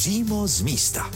Přímo z místa.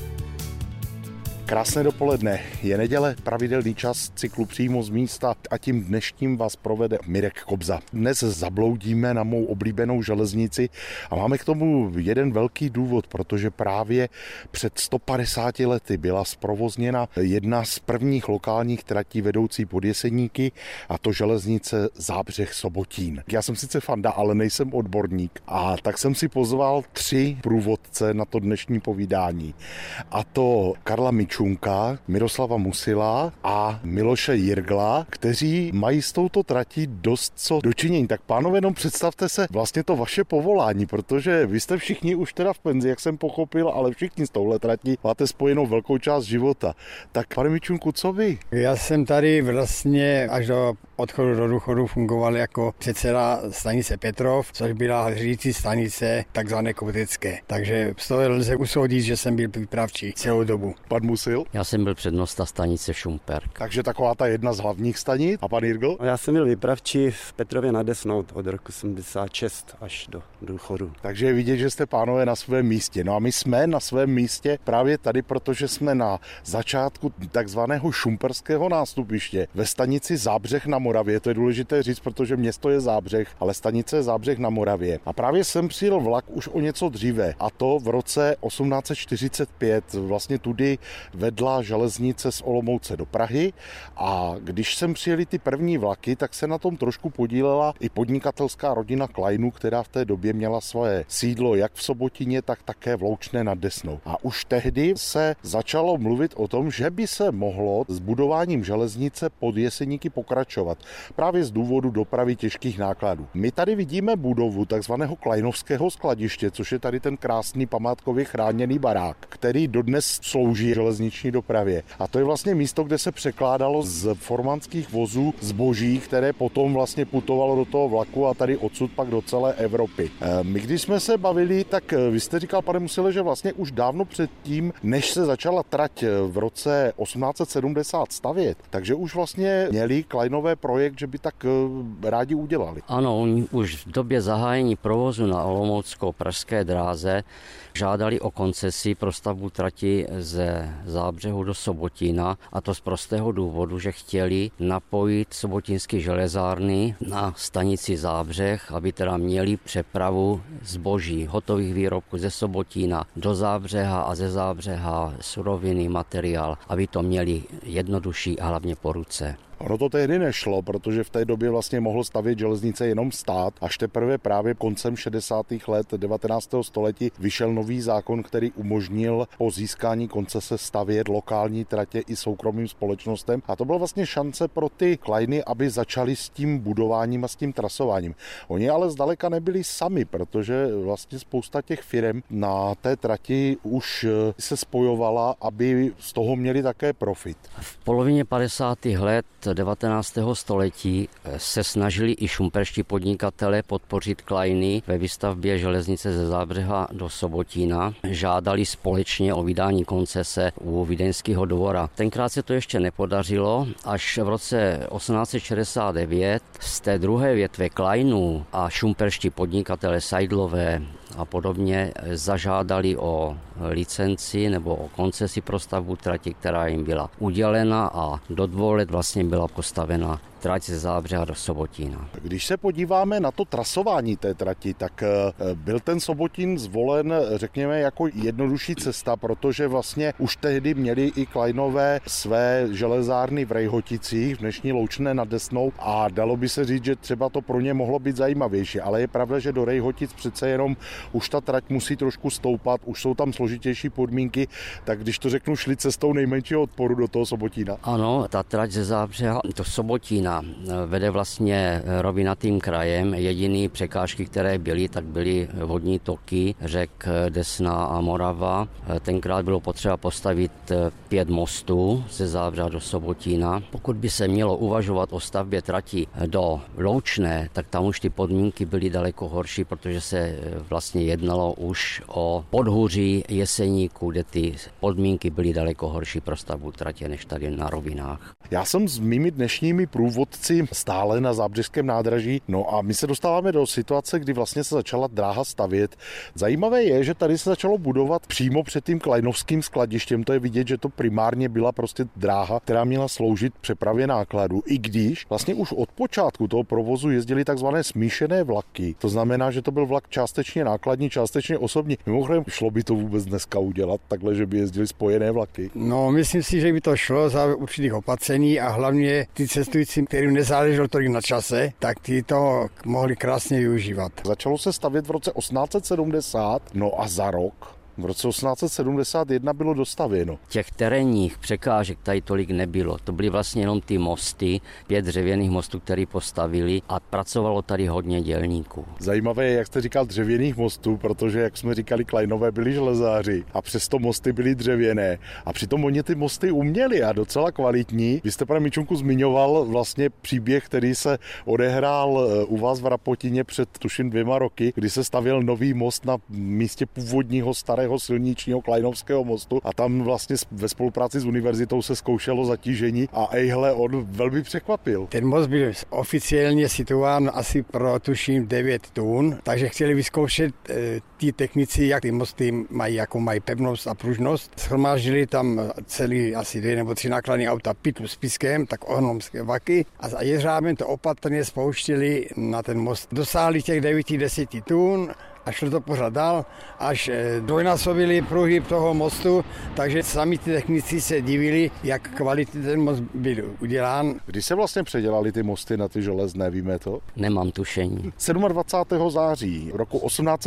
Krásné dopoledne. Je neděle, pravidelný čas cyklu Přímo z místa a tím dnešním vás provede Mirek Kobza. Dnes zabloudíme na mou oblíbenou železnici a máme k tomu jeden velký důvod, protože právě před 150 lety byla zprovozněna jedna z prvních lokálních tratí vedoucí pod Jeseníky, a to železnice Zábřeh-Sobotín. Já jsem sice fanda, ale nejsem odborník, a tak jsem si pozval 3 průvodce na to dnešní povídání. A to Karla Mičunka, Miroslava Musila a Miloše Jirgla, kteří mají s touto tratí dost co dočinění. Tak pánové, jenom představte se vlastně to vaše povolání, protože vy jste všichni už teda v penzi, jak jsem pochopil, ale všichni s touhle tratí máte spojenou velkou část života. Tak pane Mičunku, co vy? Já jsem tady vlastně až do odchodu do důchodu fungoval jako předseda stanice Petrov, což byla řídící stanice takzvané Kotecké. Takže z toho lze usoudit, že jsem byl výpravčí celou dobu. Pan Musil? Já jsem byl přednosta stanice Šumperk. Takže taková ta jedna z hlavních stanic. A pan Jirgl? Já jsem byl výpravčí v Petrově nad Desnou od roku 76 až do důchodu. Takže je vidět, že jste pánové na svém místě. No a my jsme na svém místě právě tady, protože jsme na začátku takzvaného šumperského nástupiště ve stanici Zábřeh na Moravě. To je důležité říct, protože město je Zábřeh, ale stanice je Zábřeh na Moravě. A právě sem přijel vlak už o něco dříve, a to v roce 1845. Vlastně tudy vedla železnice z Olomouce do Prahy, a když sem přijeli ty první vlaky, tak se na tom trošku podílela i podnikatelská rodina Kleinů, která v té době měla své sídlo jak v Sobotíně, tak také v Loučné nad Desnou. A už tehdy se začalo mluvit o tom, že by se mohlo s budováním železnice pod Jeseníky pokračovat. Právě z důvodu dopravy těžkých nákladů. My tady vidíme budovu takzvaného Kleinovského skladiště, což je tady ten krásný památkově chráněný barák, který dodnes slouží železniční dopravě. A to je vlastně místo, kde se překládalo z formánských vozů zboží, které potom vlastně putovalo do toho vlaku a tady odsud pak do celé Evropy. My když jsme se bavili, tak vy jste říkal, pane Musile, že vlastně už dávno předtím, než se začala trať v roce 1870 stavět, takže už vlastně měli Kleinové projekt, že by tak rádi udělali. Ano, oni už v době zahájení provozu na olomoucko-pražské dráze žádali o koncesi pro stavbu trati ze Zábřehu do Sobotína, a to z prostého důvodu, že chtěli napojit sobotínské železárny na stanici Zábřeh, aby teda měli přepravu zboží, hotových výrobků ze Sobotína do Zábřeha a ze Zábřeha suroviny, materiál, aby to měli jednodušší a hlavně po ruce. Ono to tehdy nešlo, protože v té době vlastně mohl stavět železnice jenom stát, až teprve právě koncem 60. let 19. století vyšel nový zákon, který umožnil po získání koncese stavět lokální tratě i soukromým společnostem. A to byla vlastně šance pro ty Kleiny, aby začali s tím budováním a s tím trasováním. Oni ale zdaleka nebyli sami, protože vlastně spousta těch firem na té trati už se spojovala, aby z toho měli také profit. V polovině 50. let 19. století se snažili i šumperští podnikatelé podpořit Kleiny ve výstavbě železnice ze Zábřeha do Sobotína. Žádali společně o vydání koncese u Vídeňského dvora. Tenkrát se to ještě nepodařilo, až v roce 1869 z té druhé větve Kleinů a šumperští podnikatelé Seidlové a podobně zažádali o licenci nebo o koncesi pro stavbu trati, která jim byla udělena, a do 2 let vlastně byla postavena trať ze Zábřeha do Sobotína. Když se podíváme na to trasování té trati, tak byl ten Sobotín zvolen, řekněme, jako jednodušší cesta, protože vlastně už tehdy měli i Kleinové své železárny v Rejhoticích, v dnešní Loučné nad Desnou, a dalo by se říct, že třeba to pro ně mohlo být zajímavější, ale je pravda, že do Rejhotic přece jenom už ta trať musí trošku stoupat, už jsou tam složitější podmínky, tak když to řeknu, šli cestou nejmenšího odporu do toho Sobotína. Ano, ta trať ze Zábřeha do Sobotína vede vlastně rovinatým krajem. Jediné překážky, které byly, tak byly vodní toky řek Desna a Morava. Tenkrát bylo potřeba postavit 5 mostů ze Zábřeha do Sobotína. Pokud by se mělo uvažovat o stavbě trati do Loučné, tak tam už ty podmínky byly daleko horší, protože se vlastně jednalo už o podhůří Jeseníku, kde ty podmínky byly daleko horší pro stavbu tratě než tady na rovinách. Já jsem s mými dnešními průvodci průvodci stále na zábřežském nádraží. No a my se dostáváme do situace, kdy vlastně se začala dráha stavět. Zajímavé je, že tady se začalo budovat přímo před tím klajnovským skladištěm. To je vidět, že to primárně byla prostě dráha, která měla sloužit přepravě nákladu. I když vlastně už od počátku toho provozu jezdili takzvané smíšené vlaky. To znamená, že to byl vlak částečně nákladní, částečně osobní. Mimochodem, šlo by to vůbec dneska udělat takhle, že by jezdili spojené vlaky? No, myslím si, že by to šlo za určitých opatření a hlavně ty cestující, kterým nezáleželo tolik na čase, tak ty to mohli krásně využívat. Začalo se stavět v roce 1870, no a za rok v roce 1871 bylo dostavěno. Těch terénních překážek tady tolik nebylo. To byly vlastně jenom ty mosty, 5 dřevěných mostů, které postavili a pracovalo tady hodně dělníků. Zajímavé je, jak jste říkal, dřevěných mostů, protože, jak jsme říkali, Kleinové byli železáři a přesto mosty byly dřevěné. A přitom oni ty mosty uměli a docela kvalitní. Vy jste, pane Mičunku, zmiňoval vlastně příběh, který se odehrál u vás v Rapotině před tuším 2 roky, kdy se stavěl nový most na místě původního starého silničního Klajnovského mostu a tam vlastně ve spolupráci s univerzitou se zkoušelo zatížení a ejhle, on velmi překvapil. Ten most byl oficiálně situován asi pro tuším 9 tun, takže chtěli vyzkoušet ty technici, jak ty mosty mají, jakou mají pevnost a pružnost. Shromáždili tam celý asi 2 nebo 3 nákladní auta pytlu s pískem, tak ohromské vaky a za jeřábem to opatrně spouštili na ten most. Dosáhli těch 9-10 tun a šlo to pořád dál, až dvojnásobili průhyb toho mostu, takže sami ty technici se divili, jak kvalitně ten most byl udělán. Kdy se vlastně předělali ty mosty na ty železné, víme to? Nemám tušení. 27. září roku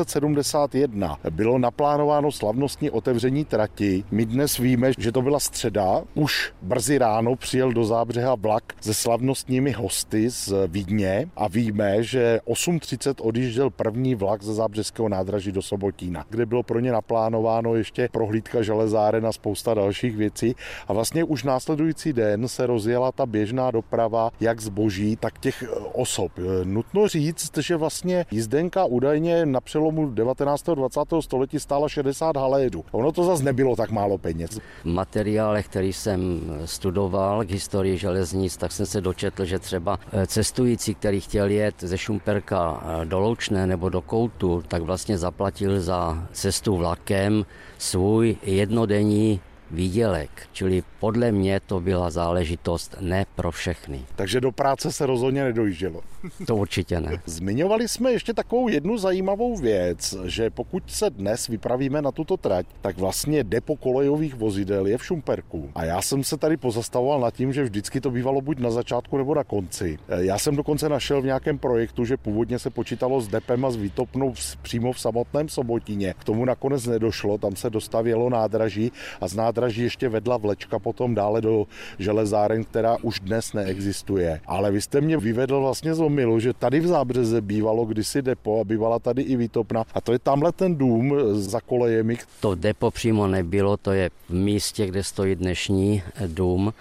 1871 bylo naplánováno slavnostní otevření trati. My dnes víme, že to byla středa. Už brzy ráno přijel do Zábřeha vlak se slavnostními hosty z Vídně a víme, že 8:30 odjížděl první vlak ze Zábřežského nádraží do Sobotína, kde bylo pro ně naplánováno ještě prohlídka železáren a spousta dalších věcí. A vlastně už následující den se rozjela ta běžná doprava, jak zboží, tak těch osob. Nutno říct, že vlastně jízdenka údajně na přelomu 19. a 20. století stála 60 haléřů. Ono to zase nebylo tak málo peněz. V materiálech, který jsem studoval k historii železnic, tak jsem se dočetl, že třeba cestující, který chtěl jet ze Šumperka do Loučné nebo do Koutu, tak vlastně zaplatil za cestu vlakem svůj jednodenní výdělek. Čili podle mě to byla záležitost ne pro všechny. Takže do práce se rozhodně nedojíždělo. To určitě ne. Zmiňovali jsme ještě takovou jednu zajímavou věc, že pokud se dnes vypravíme na tuto trať, tak vlastně depo kolejových vozidel je v Šumperku. A já jsem se tady pozastavoval nad tím, že vždycky to bývalo buď na začátku nebo na konci. Já jsem dokonce našel v nějakém projektu, že původně se počítalo s depem a s výtopnou přímo v samotném Sobotíně. K tomu nakonec nedošlo, tam se dostavělo nádraží a z nádraží ještě vedla vlečka potom dále do železáren, která už dnes neexistuje. Ale vy jste mě vyvedl vlastně z omylu, že tady v Zábřeze bývalo kdysi depo a bývala tady i výtopna a to je tamhle ten dům za kolejemi. To depo přímo nebylo, to je v místě, kde stojí dnešní dům.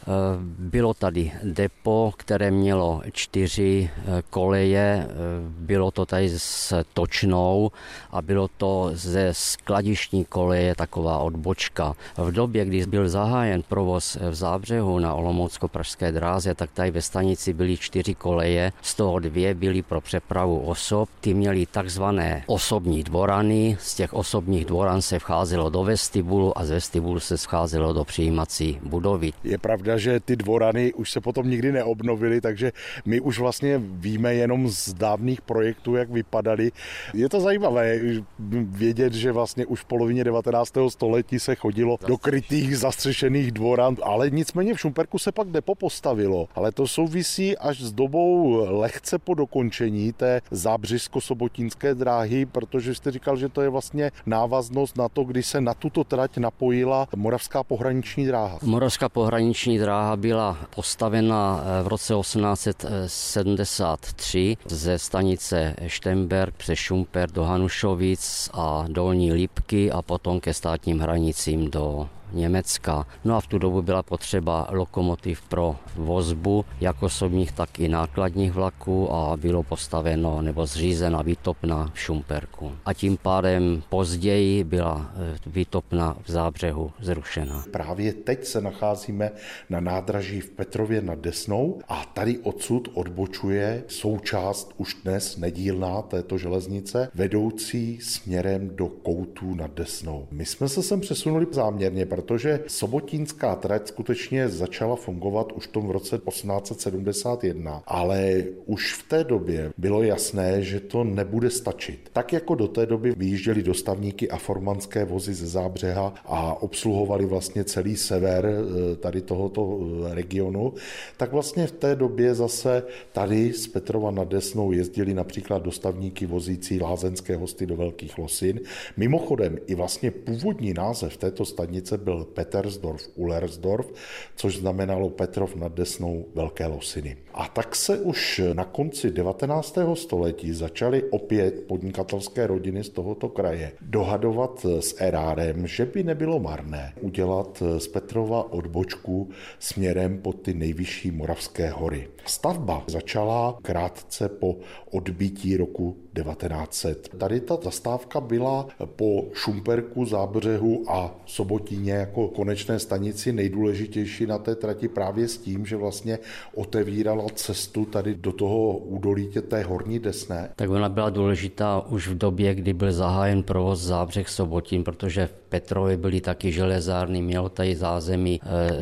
Bylo tady depo, které mělo 4 koleje, bylo to tady s točnou a bylo to ze skladištní koleje taková odbočka. V době, kdy byl zahájen provoz v Zábřehu na olomoucko-pražské dráze, tak tady ve stanici byly 4 koleje, z toho 2 byly pro přepravu osob. Ty měly takzvané osobní dvorany, z těch osobních dvoran se vcházelo do vestibulu a z vestibulu se scházelo do přijímací budovy. Je pravda, že ty dvorany už se potom nikdy neobnovily, takže my už vlastně víme jenom z dávných projektů, jak vypadaly. Je to zajímavé vědět, že vlastně už v polovině 19. století se chodilo do krytých zastřešených dvoran, ale nicméně v Šumperku se pak depo postavilo. Ale to souvisí až s dobou lehce po dokončení té zábřežsko-sobotínské dráhy, protože jste říkal, že to je vlastně návaznost na to, kdy se na tuto trať napojila Moravská pohraniční dráha. Moravská pohraniční dráha byla postavena v roce 1873 ze stanice Štemberk přes Šumperk do Hanušovic a Dolní Lipky a potom ke státním hranicím do Německa. No a v tu dobu byla potřeba lokomotiv pro vozbu jak osobních, tak i nákladních vlaků a bylo postaveno nebo zřízena výtopna v Šumperku. A tím pádem později byla výtopna v Zábřehu zrušena. Právě teď se nacházíme na nádraží v Petrově nad Desnou a tady odsud odbočuje součást už dnes nedílná této železnice vedoucí směrem do Koutů nad Desnou. My jsme se sem přesunuli záměrně, protože sobotínská trať skutečně začala fungovat už v roce 1871, ale už v té době bylo jasné, že to nebude stačit. Tak jako do té doby vyjížděli dostavníky a formanské vozy ze Zábřeha a obsluhovali vlastně celý sever tady tohoto regionu, tak vlastně v té době zase tady z Petrova nad Desnou jezdili například dostavníky vozící lázeňské hosty do Velkých Losin. Mimochodem i vlastně původní název této stanice byl Petersdorf-Ullersdorf, což znamenalo Petrov nad Desnou Velké Losiny. A tak se už na konci 19. století začaly opět podnikatelské rodiny z tohoto kraje dohadovat s erárem, že by nebylo marné udělat z Petrova odbočku směrem pod ty nejvyšší Moravské hory. Stavba začala krátce po odbytí roku 1900. Tady ta zastávka byla po Šumperku, Zábřehu a Sobotíně jako konečné stanici nejdůležitější na té trati právě s tím, že vlastně otevírala cestu tady do toho údolí té Horní Desné. Tak ona byla důležitá už v době, kdy byl zahájen provoz Zábřeh-Sobotín, protože v Petrově byly taky železárny, mělo tady zázemí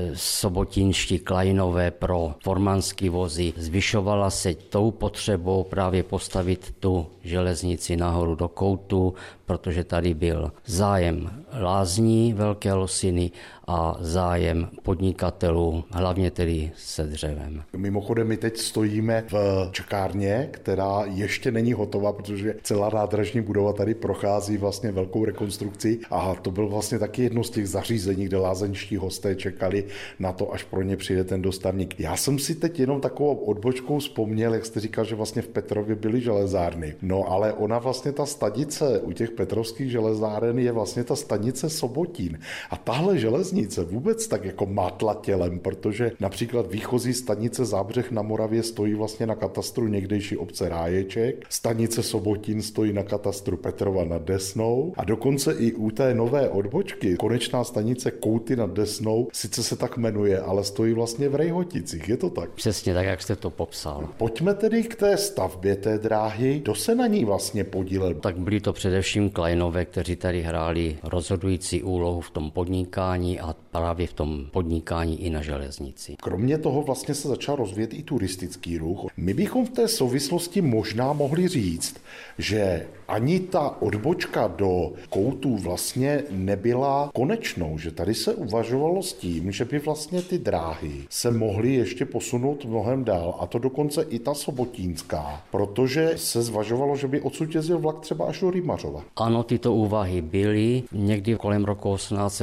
sobotínští klajnové pro formanský vozy. Zvyšovala se tou potřebou právě postavit tu železnici nahoru do Koutu, protože tady byl zájem lázní Velké Losiny a zájem podnikatelů, hlavně tedy se dřevem. Mimochodem my teď stojíme v čekárně, která ještě není hotová, protože celá nádražní budova tady prochází vlastně velkou rekonstrukcí a to byl vlastně taky jedno z těch zařízení, kde lázeňští hosté čekali na to, až pro ně přijde ten dostavník. Já jsem si teď jenom takovou odbočkou vzpomněl, jak jste říkal, že vlastně v Petrově byly železárny. No ale ona vlastně ta stanice u těch petrovských železáren je vlastně ta stanice Sobotín. A tahle železnice vůbec tak jako mátla tělem, protože například výchozí stanice Zábřeh na Moravě stojí vlastně na katastru někdejší obce Ráječek, stanice Sobotín stojí na katastru Petrova nad Desnou a dokonce i u té nové odbočky konečná stanice Kouty nad Desnou sice se tak jmenuje, ale stojí vlastně v Rejhoticích, je to tak? Přesně tak, jak jste to popsal. Pojďme tedy k té stavbě té dráhy. Kdo se na ní vlastně podílel? Tak byli to především klajnové, kteří tady hráli rozhodující úlohu v tom podnikání a právě v tom podnikání i na železnici. Kromě toho vlastně se začal rozvíjet i turistický ruch. My bychom v té souvislosti možná mohli říct, že ani ta odbočka do Koutů vlastně nebyla konečnou, že tady se uvažovalo s tím, že by vlastně ty dráhy se mohly ještě posunout mnohem dál, a to dokonce i ta sobotínská, protože se zvažovalo, že by odsud jezdil vlak třeba až do Rymařova. Ano, tyto úvahy byly. Někdy kolem roku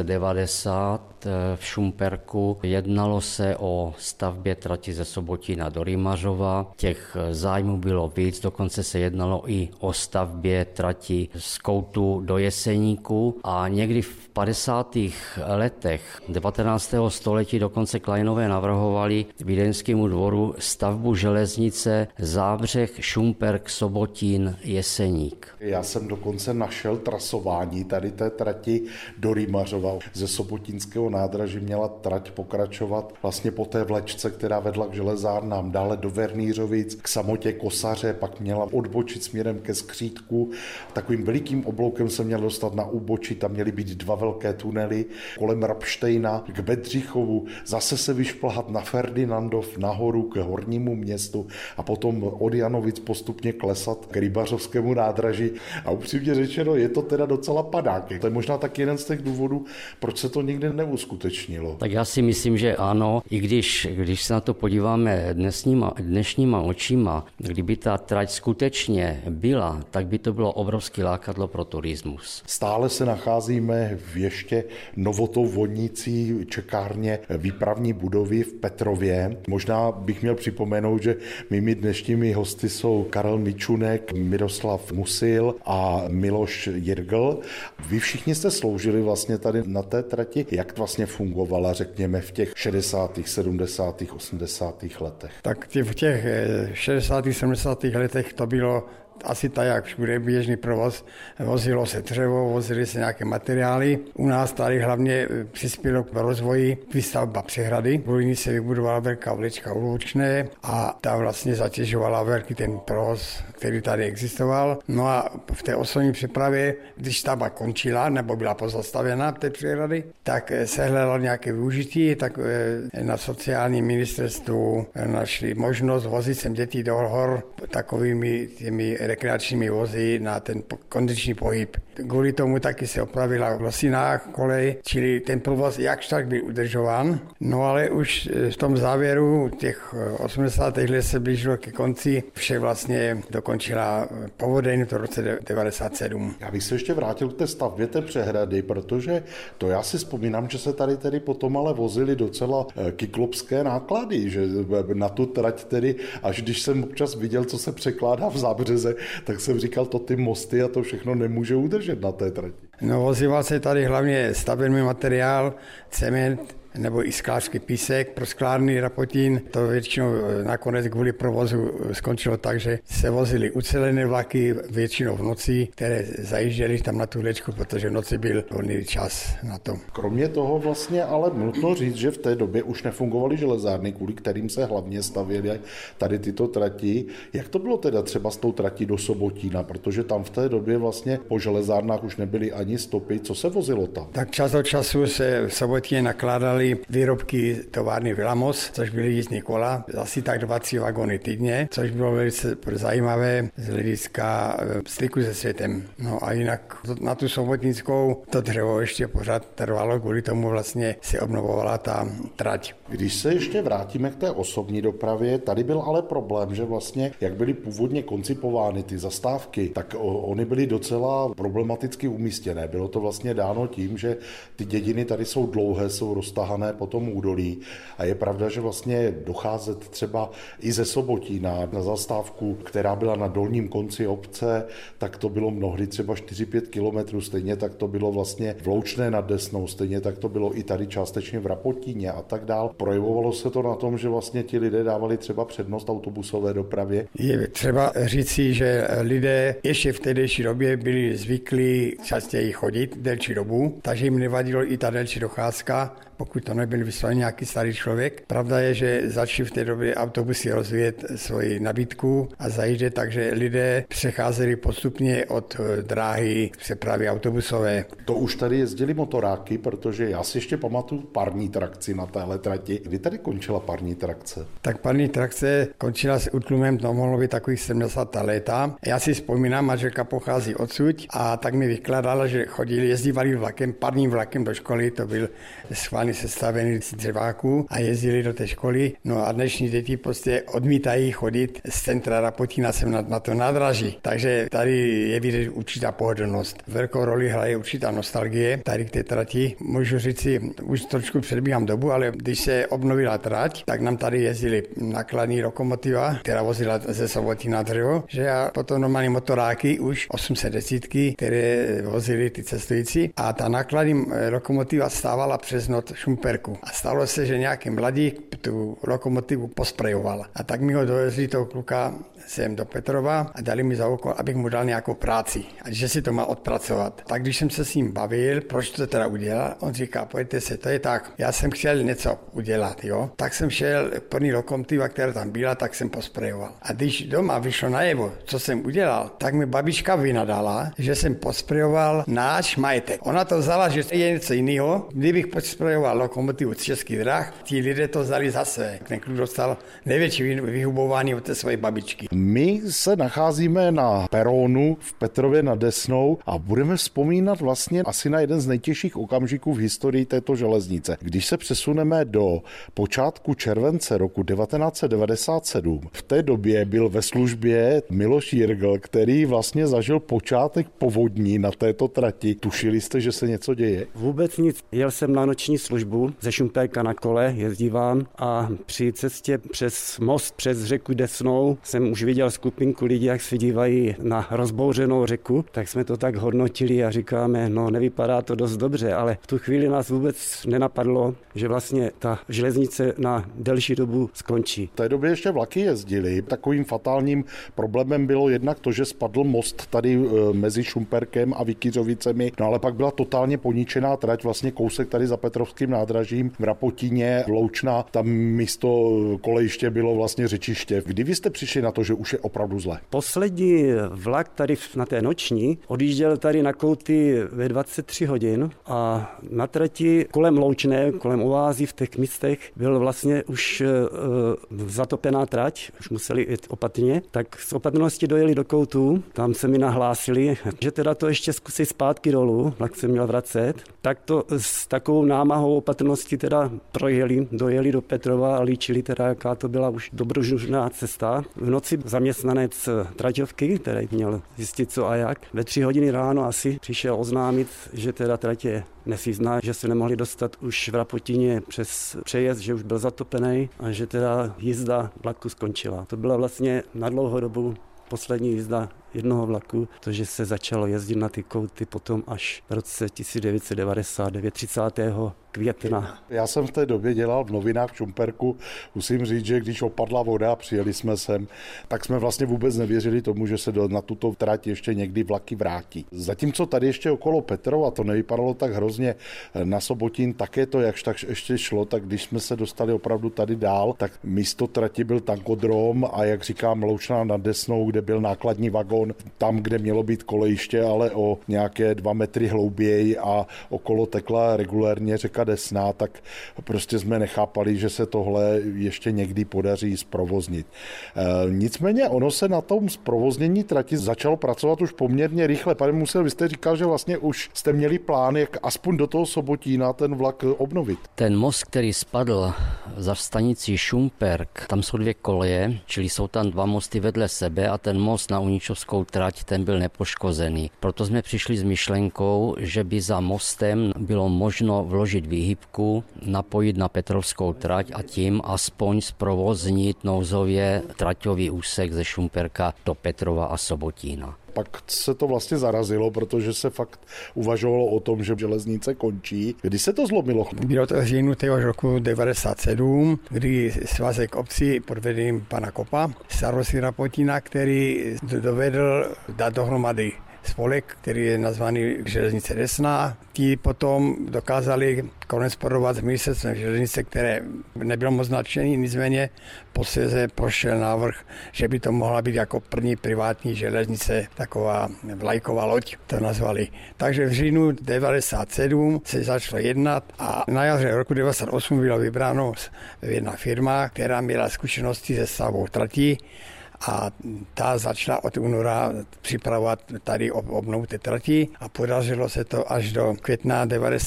1890 v Šumperku jednalo se o stavbě trati ze Sobotína do Rymařova. Těch zájmů bylo víc, dokonce se jednalo i o stavbě trati z Koutu do Jeseníku a někdy v 50. letech 19. století dokonce klajnové navrhovali Vídeňskému dvoru stavbu železnice Zábřeh, Šumperk, Sobotín, Jeseník. Já jsem dokonce našel trasování tady té trati do Rymařova. Ze sobotínského nádraží měla trať pokračovat vlastně po té vlečce, která vedla k železárnám, dále do Vernýřovic, k samotě Kosaře, pak měla odbočit směrem ke Skřítku. Takovým velikým obloukem se měl dostat na úbočí, tam měly být dva velké tunely kolem Rapštejna k Bedřichovu, zase se vyšplhat na Ferdinandov nahoru k Hornímu Městu a potom od Janovic postupně klesat k Rybařovskému nádraží. A upřímně řečeno, je to teda docela padák. To je možná tak jeden z těch důvodů, proč se to nikdy neuskutečnilo. Tak já si myslím, že ano, i když se na to podíváme dnešníma očima, kdyby ta trať skutečně byla, tak by to bylo obrovský lákadlo pro turismus. Stále se nacházíme v ještě novotou vonící čekárně výpravní budovy v Petrově. Možná bych měl připomenout, že mými dnešními hosty jsou Karel Mičunek, Miroslav Musil a Miloš Jirgl. Vy všichni jste sloužili vlastně tady na té trati. Jak vlastně vlastně fungovala, řekněme, v těch 60., 70., 80. letech? Tak v těch 60., 70. letech to bylo asi tak, jak všude běžný provoz. Vozilo se dřevo, vozily se nějaké materiály. U nás tady hlavně přispělo k rozvoji výstavba přehrady. Kvůli ní se vybudovala velká vlečka u Loučné a ta vlastně zatěžovala velký ten provoz, který tady existoval. No a v té osobní přepravě, když stavba končila nebo byla pozastavena té přehrady, tak se hledalo nějaké využití, tak na sociálním ministerstvu našli možnost vozit sem děti do hor takovými těmi rekreačními vozy na ten kondiční pohyb. Kvůli tomu taky se opravila v Losinách kolej, čili ten provoz jakž tak byl udržován. No ale už v tom závěru těch 80. let se blížilo ke konci, vše vlastně dokončila povodeň v roce 1997. Já bych se ještě vrátil k té stavbě té přehrady, protože to já si vzpomínám, že se tady tedy potom ale vozily docela kyklopské náklady, že na tu trať tedy, až když jsem občas viděl, co se překládá v Zábřeze, tak jsem říkal, to ty mosty a to všechno nemůže udržet na té trati. No, vozíval se tady hlavně stavební materiál, cement, nebo i sklářský písek pro sklárny Rapotín. To většinou nakonec kvůli provozu skončilo tak, že se vozily ucelené vlaky většinou v noci, které zajížděly tam na tu vlečku, protože v noci byl volný čas na to. Kromě toho vlastně ale nutno říct, že v té době už nefungovaly železárny, kvůli kterým se hlavně stavěly tady tyto trati. Jak to bylo teda třeba s tou tratí do Sobotína, protože tam v té době vlastně po železárnách už nebyly ani stopy, co se vozilo tam? Tak čas od času se v Sobotíně nakládaly výrobky továrny Vilamos, což byly jízdní kola, asi tak 2-3 vagony týdně, což bylo velice zajímavé z hlediska styku se světem. No a jinak na tu Sobotnickou to dřevo ještě pořád trvalo, kvůli tomu vlastně se obnovovala ta trať. Když se ještě vrátíme k té osobní dopravě, tady byl ale problém, že vlastně, jak byly původně koncipovány ty zastávky, tak oni byly docela problematicky umístěné. Bylo to vlastně dáno tím, že ty dědiny tady jsou dlouhé, jsou roztahané po tom údolí a je pravda, že vlastně docházet třeba i ze Sobotína na zastávku, která byla na dolním konci obce, tak to bylo mnohdy třeba 4-5 kilometrů, stejně tak to bylo vlastně v Loučné nad Desnou, stejně tak to bylo i tady částečně v Rapotíně a tak dál. Projevovalo se to na tom, že vlastně ti lidé dávali třeba přednost autobusové dopravě. Je třeba říci, že lidé ještě v tehdejší době byli zvyklí častěji chodit delší dobu, takže jim nevadilo i ta delší docházka, pokud to nebyl vysloveně nějaký starý člověk. Pravda je, že začali v té době autobusy rozvíjet svoji nabídku a zajíždět, takže lidé přecházeli postupně od dráhy přepravy autobusové. To už tady jezdili motoráky, protože já si ještě pamatuju parní trakci na téhle trati. Kdy tady končila parní trakce? Tak parní trakce končila s útlumem, to mohlo být takových 70. léta. Já si vzpomínám, manželka pochází odsud a tak mi vykládala, že jezdívali vlakem, parním vlakem do školy, to byl schválně sestavený z dřeváků a jezdili do té školy. No a dnešní děti prostě odmítají chodit z centra Rapotína sem na to nádraží. Takže tady je vidět určitá pohodlnost. Velkou roli hraje určitá nostalgie tady k té trati. Můžu říci, už trošku předbíhám dobu, ale když se obnovila trať, tak nám tady jezdili nákladní lokomotiva, která vozila ze Sobotína dřevo, že a potom normální motoráky už 810, které vozily ty cestující a ta nákladní lokomotiva stávala přes noc Šumperku. A stalo se, že nějaký mladík tu lokomotivu posprejoval. A tak mi ho dovezli toho kluka sem do Petrova a dali mi za úkol, abych mu dal nějakou práci a že si to má odpracovat. Tak když jsem se s ním bavil, proč to teda udělal, on říká, pojďte se, to je tak, já jsem chtěl něco udělat, jo. Tak jsem šel první lokomotiva, která tam byla, tak jsem posprejoval. A když doma vyšlo najevo, co jsem udělal, tak mi babička vynadala, že jsem posprejoval náš majetek. Ona to vzala, že je něco jiného. Kdybych posprejoval lokomotivu z Českých drah, ti lidé to vzali za své. Ten kluk dostal největší vyhubování od té své babičky. My se nacházíme na peronu v Petrově nad Desnou a budeme vzpomínat vlastně asi na jeden z nejtěžších okamžiků v historii této železnice. Když se přesuneme do počátku července roku 1997, v té době byl ve službě Miloš Jirgl, který vlastně zažil počátek povodní na této trati. Tušili jste, že se něco děje? Vůbec nic. Jel jsem na noční službu dobu ze Šumperka na kole jezdívám a při cestě přes most, přes řeku Desnou jsem už viděl skupinku lidí, jak se dívají na rozbouřenou řeku, tak jsme to tak hodnotili a říkáme, no nevypadá to dost dobře, ale v tu chvíli nás vůbec nenapadlo, že vlastně ta železnice na delší dobu skončí. V té době ještě vlaky jezdily. Takovým fatálním problémem bylo jednak to, že spadl most tady mezi Šumperkem a Vykyřovicemi, no ale pak byla totálně poničená trať, vlastně kousek tady za Petrovským nádražím v Rapotíně, Loučna, tam místo kolejiště bylo vlastně řečiště. Kdy vy jste přišli na to, že už je opravdu zle? Poslední vlak tady na té noční odjížděl tady na Kouty ve 23 hodin a na trati kolem Loučné, kolem oází v těch místech byl vlastně už zatopená trať, už museli jít opatrně, tak z opatrnosti dojeli do Koutů, tam se mi nahlásili, že teda to ještě zkusí zpátky dolů, vlak se měl vracet, tak to s takovou námahou opatrnosti teda dojeli do Petrova a líčili teda, jaká to byla už dobrodružná cesta. V noci zaměstnanec traťovky, který měl zjistit co a jak, ve 3 hodiny ráno asi přišel oznámit, že teda trať je nesízná, že se nemohli dostat už v Rapotíně přes přejezd, že už byl zatopený a že teda jízda vlaku skončila. To byla vlastně na dlouhou dobu poslední jízda jednoho vlaku, protože se začalo jezdit na ty Kouty potom až v roce 1999, 30. května. Já jsem v té době dělal v novinách v Šumperku. Musím říct, že když opadla voda a přijeli jsme sem, tak jsme vlastně vůbec nevěřili tomu, že se na tuto trať ještě někdy vlaky vrátí. Zatímco tady ještě okolo Petrova to nevypadalo tak hrozně na Sobotín, také to jakž tak ještě šlo, tak když jsme se dostali opravdu tady dál, tak místo trati byl tankodrom a jak říkám Loučná nad Desnou, kde byl nákladní vagón, tam, kde mělo být kolejiště, ale o nějaké 2 metry hlouběji a okolo tekla regulérně řeka Desná, tak prostě jsme nechápali, že se tohle ještě někdy podaří zprovoznit. Nicméně ono se na tom zprovoznění trati začalo pracovat už poměrně rychle. Pane Musil, vy jste říkal, že vlastně už jste měli plán, jak aspoň do toho Sobotína ten vlak obnovit. Ten most, který spadl za stanicí Šumperk, tam jsou 2 koleje, čili jsou tam 2 mosty vedle sebe a ten most na Uničovskou trať, ten byl nepoškozený. Proto jsme přišli s myšlenkou, že by za mostem bylo možno vložit výhybku, napojit na Petrovskou trať a tím aspoň zprovoznit nouzově traťový úsek ze Šumperka do Petrova a Sobotína. Pak se to vlastně zarazilo, protože se fakt uvažovalo o tom, že železnice končí. Kdy se to zlomilo? Bylo to říjnu téhož roku 97, kdy svazek obcí pod vedením pana Kopa, starosty Rapotína, který dovedl dát dohromady spolek, který je nazvaný Železnice Desná. Ti potom dokázali korespondovat s ministerstvem železnice, které nebylo moc nadšený, nicméně posléze prošel návrh, že by to mohla být jako první privátní železnice, taková vlajková loď, to nazvali. Takže v říjnu 97 se začalo jednat a na jaře roku 98 bylo vybráno jedna firma, která měla zkušenosti se stavbou tratí, a ta začala od února připravovat tady obnovu té trati a podařilo se to až do května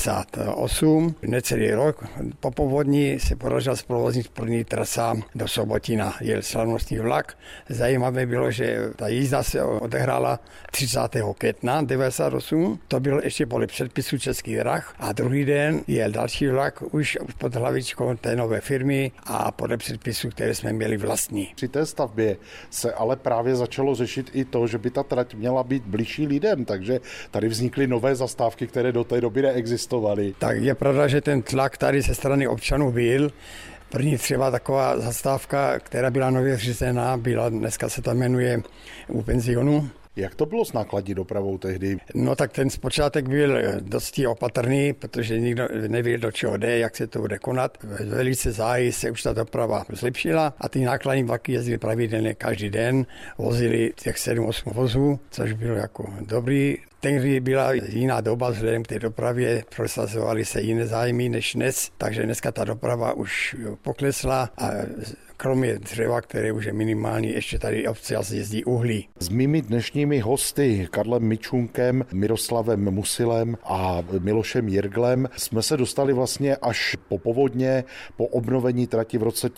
98. Necelý rok po povodní se podařilo zprovoznit první trasa do Sobotína. Jel slavnostní vlak. Zajímavé bylo, že ta jízda se odehrála 30. května 98. To bylo ještě podle předpisu Českých drah a druhý den jel další vlak už pod hlavičkou té nové firmy a podle předpisů, které jsme měli vlastní. Při té stavbě se ale právě začalo řešit i to, že by ta trať měla být bližší lidem, takže tady vznikly nové zastávky, které do té doby neexistovaly. Tak je pravda, že ten tlak tady ze strany občanů byl. První třeba taková zastávka, která byla nově zřízená, dneska se to jmenuje u penzionu. Jak to bylo s nákladní dopravou tehdy? No tak ten zpočátek byl dosti opatrný, protože nikdo nevěděl, do čeho jde, jak se to bude konat. Velice záhy se už ta doprava zlepšila a ty nákladní vlaky jezdily pravidelně každý den, vozili těch 7-8 vozů, což bylo jako dobrý. Tehdy byla jiná doba, vzhledem k té dopravě prosazovaly se jiné zájmy než dnes, takže dneska ta doprava už poklesla a kromě dřeva, které už je minimální, ještě tady občas jezdí uhlí. S mými dnešními hosty Karlem Mičunkem, Miroslavem Musilem a Milošem Jirglem jsme se dostali vlastně až po povodně, po obnovení trati v roce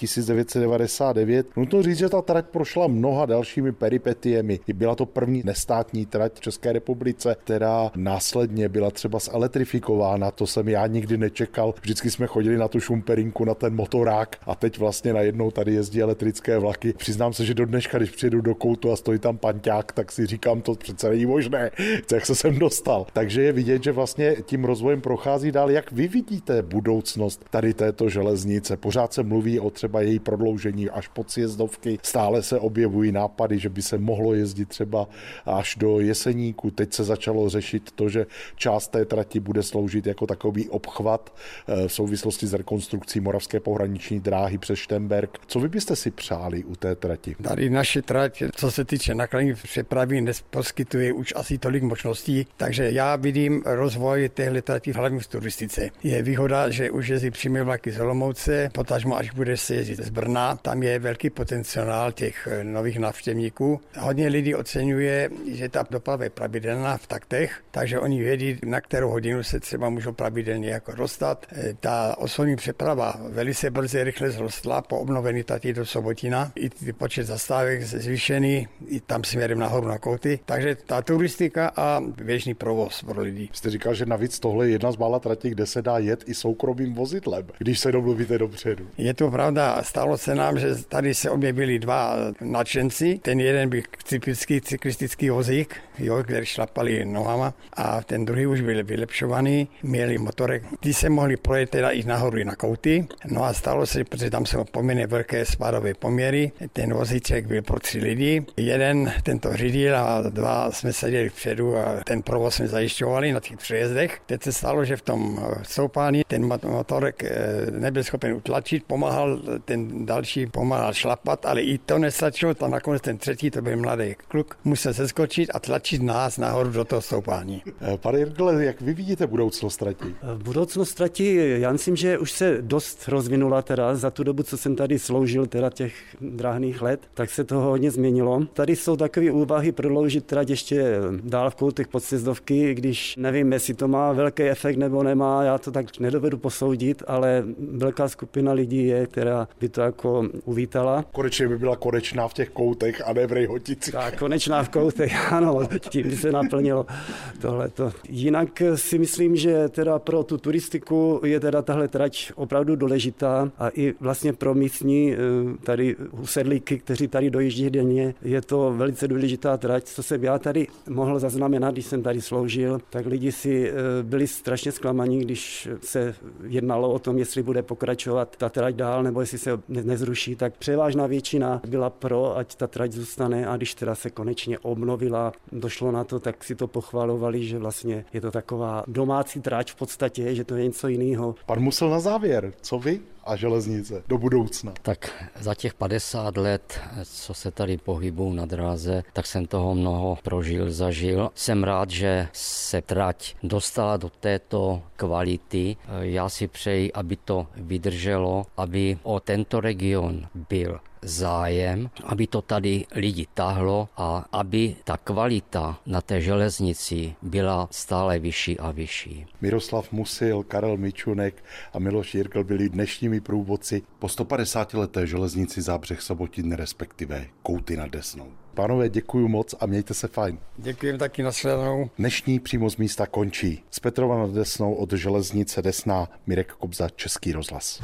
1999. Nutno říct, že ta trať prošla mnoha dalšími peripetiemi. Byla to první nestátní trať v České republice, která následně byla třeba zelektrifikována. To jsem já nikdy nečekal. Vždycky jsme chodili na tu šumperinku, na ten motorák a teď vlastně najednou tady jezdí elektrické vlaky. Přiznám se, že do dneška, když přijedu do Koutu a stojí tam panťák, tak si říkám, to přece není možné, jak se sem dostal. Takže je vidět, že vlastně tím rozvojem prochází dál. Jak vy vidíte budoucnost tady této železnice? Pořád se mluví o třeba její prodloužení až pod sjezdovky. Stále se objevují nápady, že by se mohlo jezdit třeba až do Jeseníku. Teď se začalo řešit to, že část té trati bude sloužit jako takový obchvat v souvislosti s rekonstrukcí Moravské pohraniční dráhy přes Šternberk. Co vy byste si přáli u té trati? Tady naše trať, co se týče nákladní přepravy, neposkytuje už asi tolik možností, takže já vidím rozvoj téhle trati hlavně v turistice. Je výhoda, že už jezdí přímé vlaky z Olomouce, potažmo až bude se jezdit z Brna, tam je velký potenciál těch nových návštěvníků. Hodně lidí oceňuje, že ta doprava je pravidelná v taktech, takže oni vědí, na kterou hodinu se třeba můžou pravidelně jako dostat. Ta osobní přeprava velice brzy rychle zrostla po obnovení trati do Sobotina. I počet zastávek zvýšený, i tam směrem nahoru na Kouty. Takže ta turistika a běžný provoz pro lidi. Jste říkal, že navíc tohle je jedna z mála tratí, kde se dá jet i soukromým vozidlem, když se domluvíte dopředu. Je to pravda, stalo se nám, že tady se objevili dva nadšenci. Ten jeden byl typický cyklistický vozík, který šlapali nohama, a ten druhý už byl vylepšovaný, měli motorek. Ty se mohli projet teda i nahoru i na Kouty. No a stalo se, protože tam jsou poměrně velké spádové poměry. Ten vozíček byl pro 3 lidi. Jeden ten to řídil a 2 jsme seděli vpředu a ten provoz jsme zajišťovali na těch přejezdech. Teď se stalo, že v tom stoupání ten motorek nebyl schopen utlačit, pomáhal ten další pomáhal šlapat, ale i to nestačilo. Tam nakonec ten třetí, to byl mladý kluk, musel seskočit a tlačit nás nahoru do toho stoupání. Pane Jirgle, jak vy vidíte budoucnost trati? Budoucnost trati, já myslím, že už se dost rozvinula teda za tu dobu, co jsem tady sloužil teda těch dráhných let, tak se toho hodně změnilo. Tady jsou takové úvahy prodloužit trať ještě dál v Koutech pod sjezdovky, když nevím, jestli to má velký efekt nebo nemá, já to tak nedovedu posoudit, ale velká skupina lidí je, která by to jako uvítala. Konečně by byla konečná v těch Koutech a ne v Rejhoticích. Tak, konečná v Koutech, ano, tím by se naplnilo tohleto. Jinak si myslím, že teda pro tu turistiku je teda tahle trať opravdu důležitá a i vlastně pro místní tady usedlíky, kteří tady dojíždí denně, je to velice důležitá trať. Co jsem já tady mohl zaznamenat, když jsem tady sloužil, tak lidi si byli strašně zklamaní, když se jednalo o tom, jestli bude pokračovat ta trať dál, nebo jestli se nezruší, tak převážná většina byla pro, ať ta trať zůstane, a když teda se konečně obnovila, došlo na to, tak si to pochvalovali, že vlastně je to taková domácí trať v podstatě, že to je něco jiného. Pan Musil na závěr, co vy a železnice do budoucna? Tak za těch 50 let, co se tady pohybuju na dráze, tak jsem toho mnoho prožil, zažil. Jsem rád, že se trať dostala do této kvality. Já si přeji, aby to vydrželo, aby o tento region byl zájem, aby to tady lidi táhlo a aby ta kvalita na té železnici byla stále vyšší a vyšší. Miroslav Musil, Karel Mičunek a Miloš Jirgl byli dnešními průvodci po 150 leté železnici Zábřeh-Sobotin, respektive Kouty nad Desnou. Pánové, děkuju moc a mějte se fajn. Děkujem taky, nashledanou. Dnešní Přímo z místa končí. Z Petrova nad Desnou od železnice Desná Mirek Kobza, Český rozhlas.